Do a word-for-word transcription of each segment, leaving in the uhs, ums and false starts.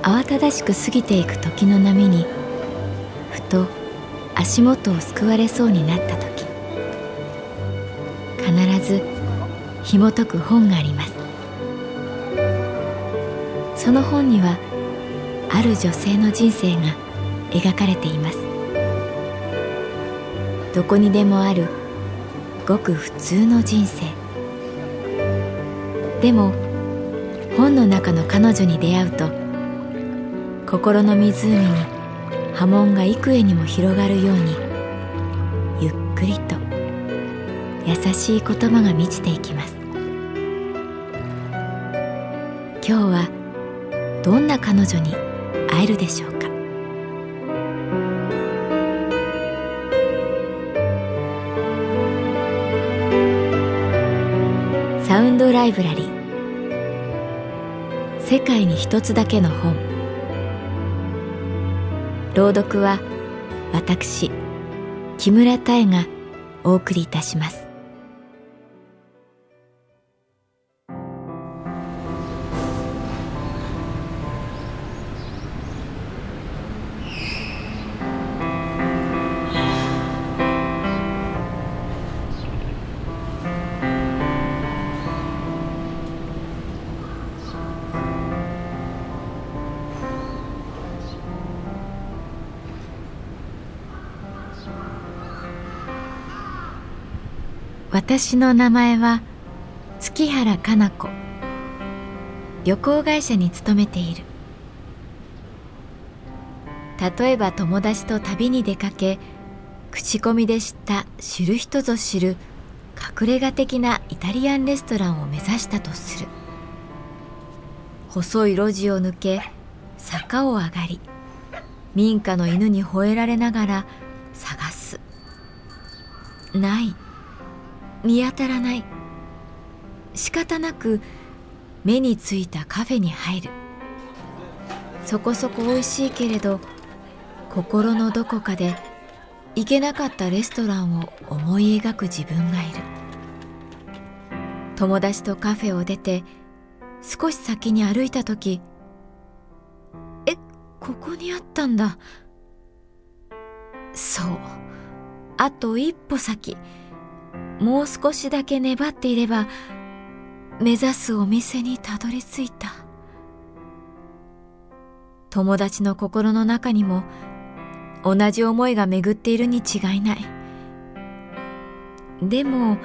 慌ただしく過ぎていく時の波にふと足元をすくわれそうになった時、必ず紐解く本があります。その本にはある女性の人生が描かれています。どこにでもあるごく普通の人生。でも本の中の彼女に出会うと、心の湖に波紋が幾重にも広がるように、ゆっくりと優しい言葉が満ちていきます。今日はどんな彼女に会えるでしょうか。サウンドライブラリー、世界に一つだけの本。朗読は私木村多江がお送りいたします。私の名前は月原かな子。旅行会社に勤めている。例えば友達と旅に出かけ、口コミで知った知る人ぞ知る隠れ家的なイタリアンレストランを目指したとする。細い路地を抜け、坂を上がり、民家の犬に吠えられながら探す。ない。見当たらない。仕方なく目についたカフェに入る。そこそこ美味しいけれど、心のどこかで行けなかったレストランを思い描く自分がいる。友達とカフェを出て少し先に歩いたとき、え、ここにあったんだ。そう、あと一歩先、もう少しだけ粘っていれば目指すお店にたどり着いた。友達の心の中にも同じ思いが巡っているに違いない。でも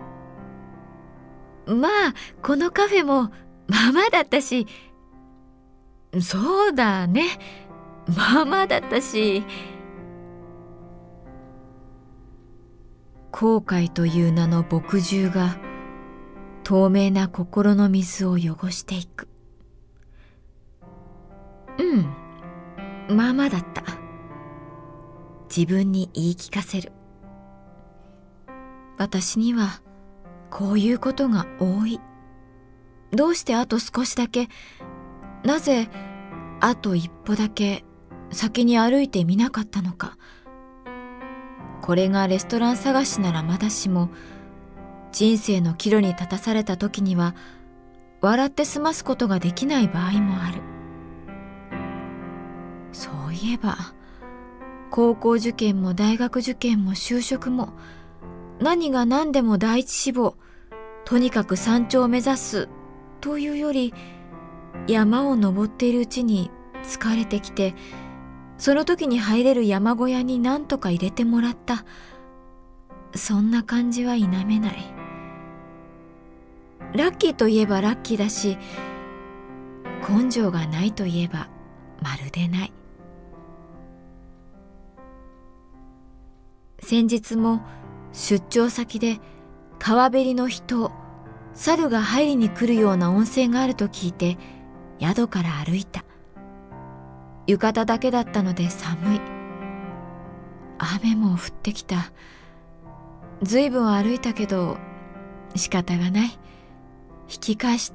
まあこのカフェもまあまあだったし、そうだね、まあまあだったし、後悔という名の墨汁が透明な心の水を汚していく。うん、まあまあだった。自分に言い聞かせる。私にはこういうことが多い。どうしてあと少しだけ、なぜあと一歩だけ先に歩いてみなかったのか。これがレストラン探しならまだしも、人生の岐路に立たされた時には笑って済ますことができない場合もある。そういえば高校受験も大学受験も就職も、何が何でも第一志望、とにかく山頂を目指すというより、山を登っているうちに疲れてきて、その時に入れる山小屋に何とか入れてもらった。そんな感じは否めない。ラッキーといえばラッキーだし、根性がないといえばまるでない。先日も出張先で川べりの人、猿が入りに来るような温泉があると聞いて宿から歩いた。浴衣だけだったので寒い。雨も降ってきた。ずいぶん歩いたけど仕方がない。引き返した。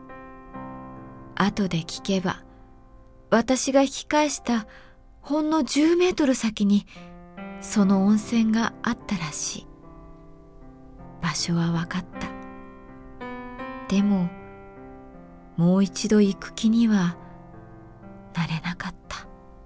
後で聞けば、私が引き返したほんのじゅうメートル先にその温泉があったらしい。場所は分かった。でももう一度行く気にはなれなかった。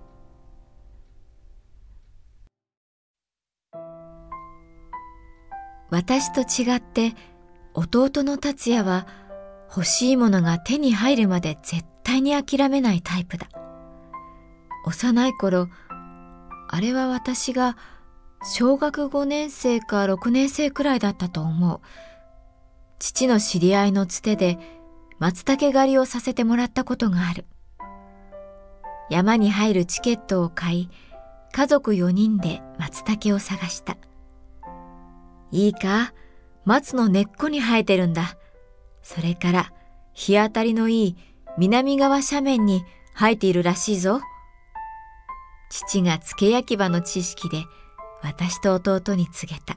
私と違って弟の達也は欲しいものが手に入るまで絶対に諦めないタイプだ。幼い頃、あれは私が小学ごねん生かろくねん生くらいだったと思う。父の知り合いのつてで松茸狩りをさせてもらったことがある。山に入るチケットを買い、家族よにんで松茸を探した。いいか、松の根っこに生えてるんだ。それから日当たりのいい南側斜面に生えているらしいぞ。父が付け焼き場の知識で私と弟に告げた。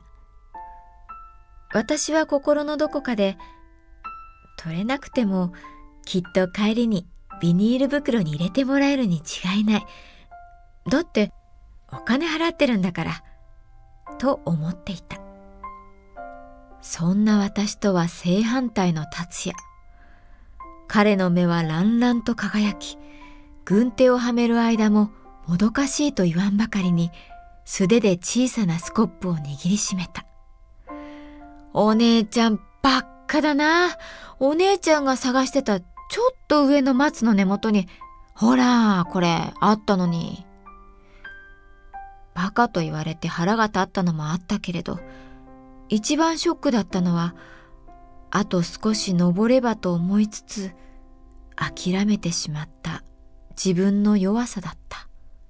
私は心のどこかで、取れなくてもきっと帰りにビニール袋に入れてもらえるに違いない。だってお金払ってるんだから、と思っていた。そんな私とは正反対の達也。彼の目は乱々と輝き、軍手をはめる間ももどかしいと言わんばかりに、素手で小さなスコップを握りしめた。お姉ちゃんばっかだな。お姉ちゃんが探してたちょっと上の松の根元に、ほら、これあったのに。バカと言われて腹が立ったのもあったけれど、一番ショックだったのは、あと少し登ればと思いつつ、諦めてしまった自分の弱さだった。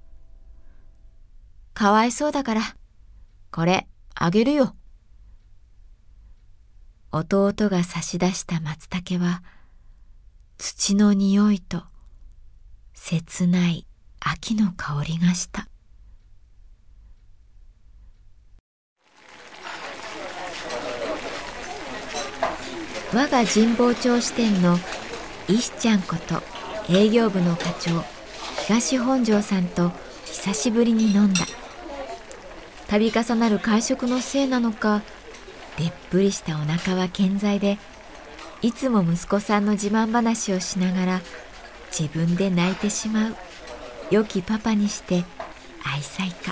かわいそうだから、これあげるよ。弟が差し出した松茸は、土の匂いと切ない秋の香りがした。我が神保町支店の石ちゃんこと営業部の課長東本庄さんと久しぶりに飲んだ。度重なる会食のせいなのか、でっぷりしたお腹は健在で、いつも息子さんの自慢話をしながら自分で泣いてしまう良きパパにして愛妻家。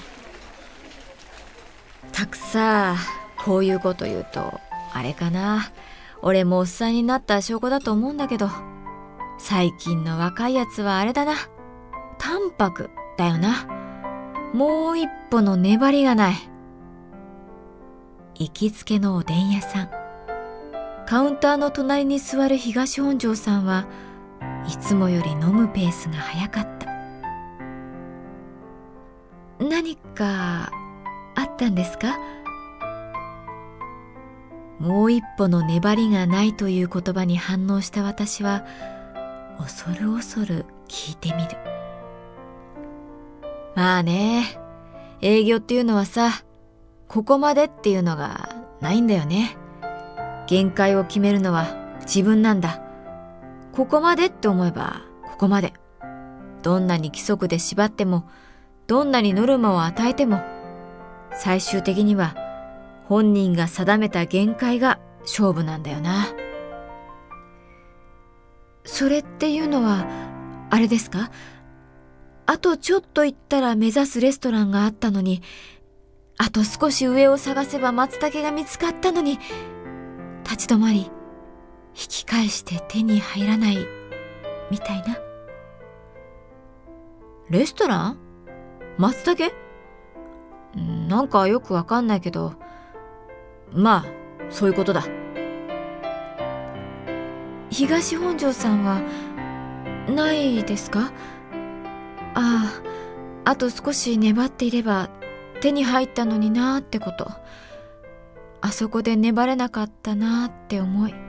たくさこういうこと言うとあれかな、俺もおっさんになった証拠だと思うんだけど、最近の若いやつはあれだな、淡白だよな。もう一歩の粘りがない。行きつけのおでん屋さん、カウンターの隣に座る東本庄さんはいつもより飲むペースが早かった。何かあったんですか？もう一歩の粘りがないという言葉に反応した私は、恐る恐る聞いてみる。まあね、営業っていうのはさ、ここまでっていうのがないんだよね。限界を決めるのは自分なんだ。ここまでって思えばここまで。どんなに規則で縛っても、どんなにノルマを与えても、最終的には本人が定めた限界が勝負なんだよな。それっていうのはあれですか？あとちょっと行ったら目指すレストランがあったのに、あと少し上を探せば松茸が見つかったのに、立ち止まり引き返して手に入らないみたいな。レストラン？松茸？なんかよくわかんないけど、まあそういうことだ。東本庄さんはないですか？ああ、あと少し粘っていれば手に入ったのになーってこと。あそこで粘れなかったなーって思い。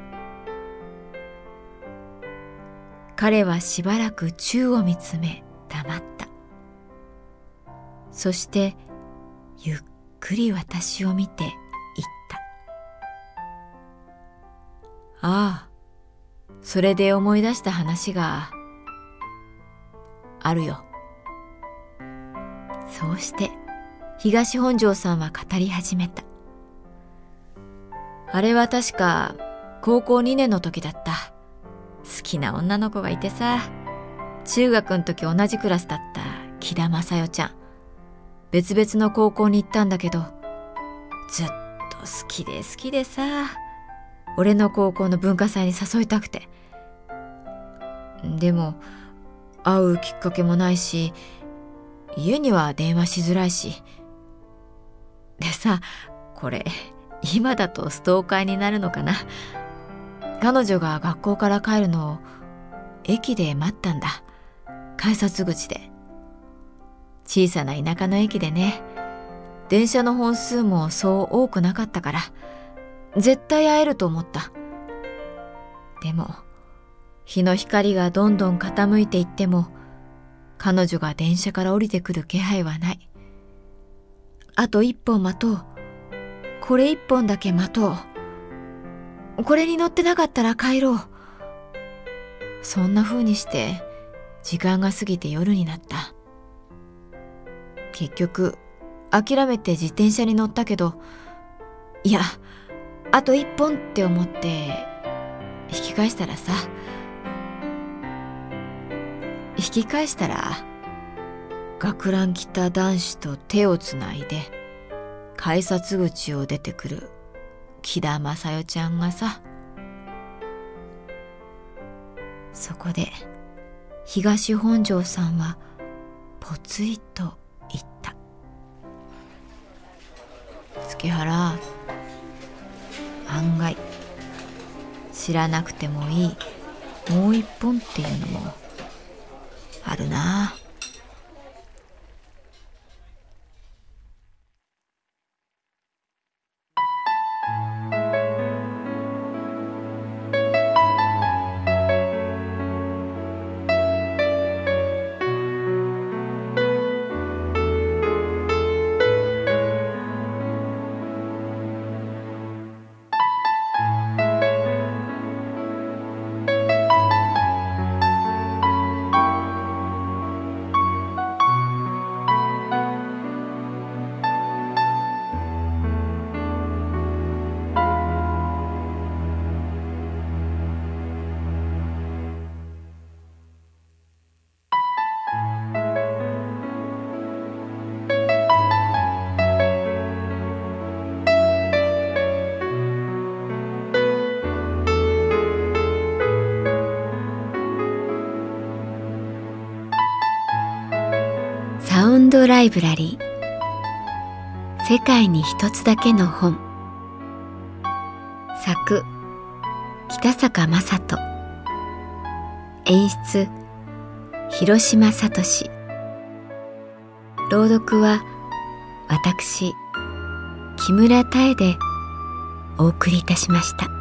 彼はしばらく宙を見つめ黙った。そしてゆっくり私を見て言った。ああ、それで思い出した話があるよ。そうして東本庄さんは語り始めた。あれは確か高校にねんの時だった。好きな女の子がいてさ、 中学の時同じクラスだった木田正代ちゃん。別々の高校に行ったんだけど、ずっと好きで好きでさ、俺の高校の文化祭に誘いたくて。でも会うきっかけもないし、家には電話しづらいし。でさ、これ今だとストーカーになるのかな。彼女が学校から帰るのを駅で待ったんだ。改札口で。小さな田舎の駅でね、電車の本数もそう多くなかったから、絶対会えると思った。でも日の光がどんどん傾いていっても、彼女が電車から降りてくる気配はない。あと一本待とう。これ一本だけ待とう。これに乗ってなかったら帰ろう。そんな風にして時間が過ぎて夜になった。結局諦めて自転車に乗ったけど、いや、あと一本って思って引き返したらさ、引き返したら学ラン着た男子と手をつないで改札口を出てくる木田正代ちゃんがさ、そこで東本庄さんはぽつりと言った。月原、案外知らなくてもいいもう一本っていうのもあるな。サウンドライブラリー、世界に一つだけの本。作北坂雅人、演出広島聡、朗読は私木村多江でお送りいたしました。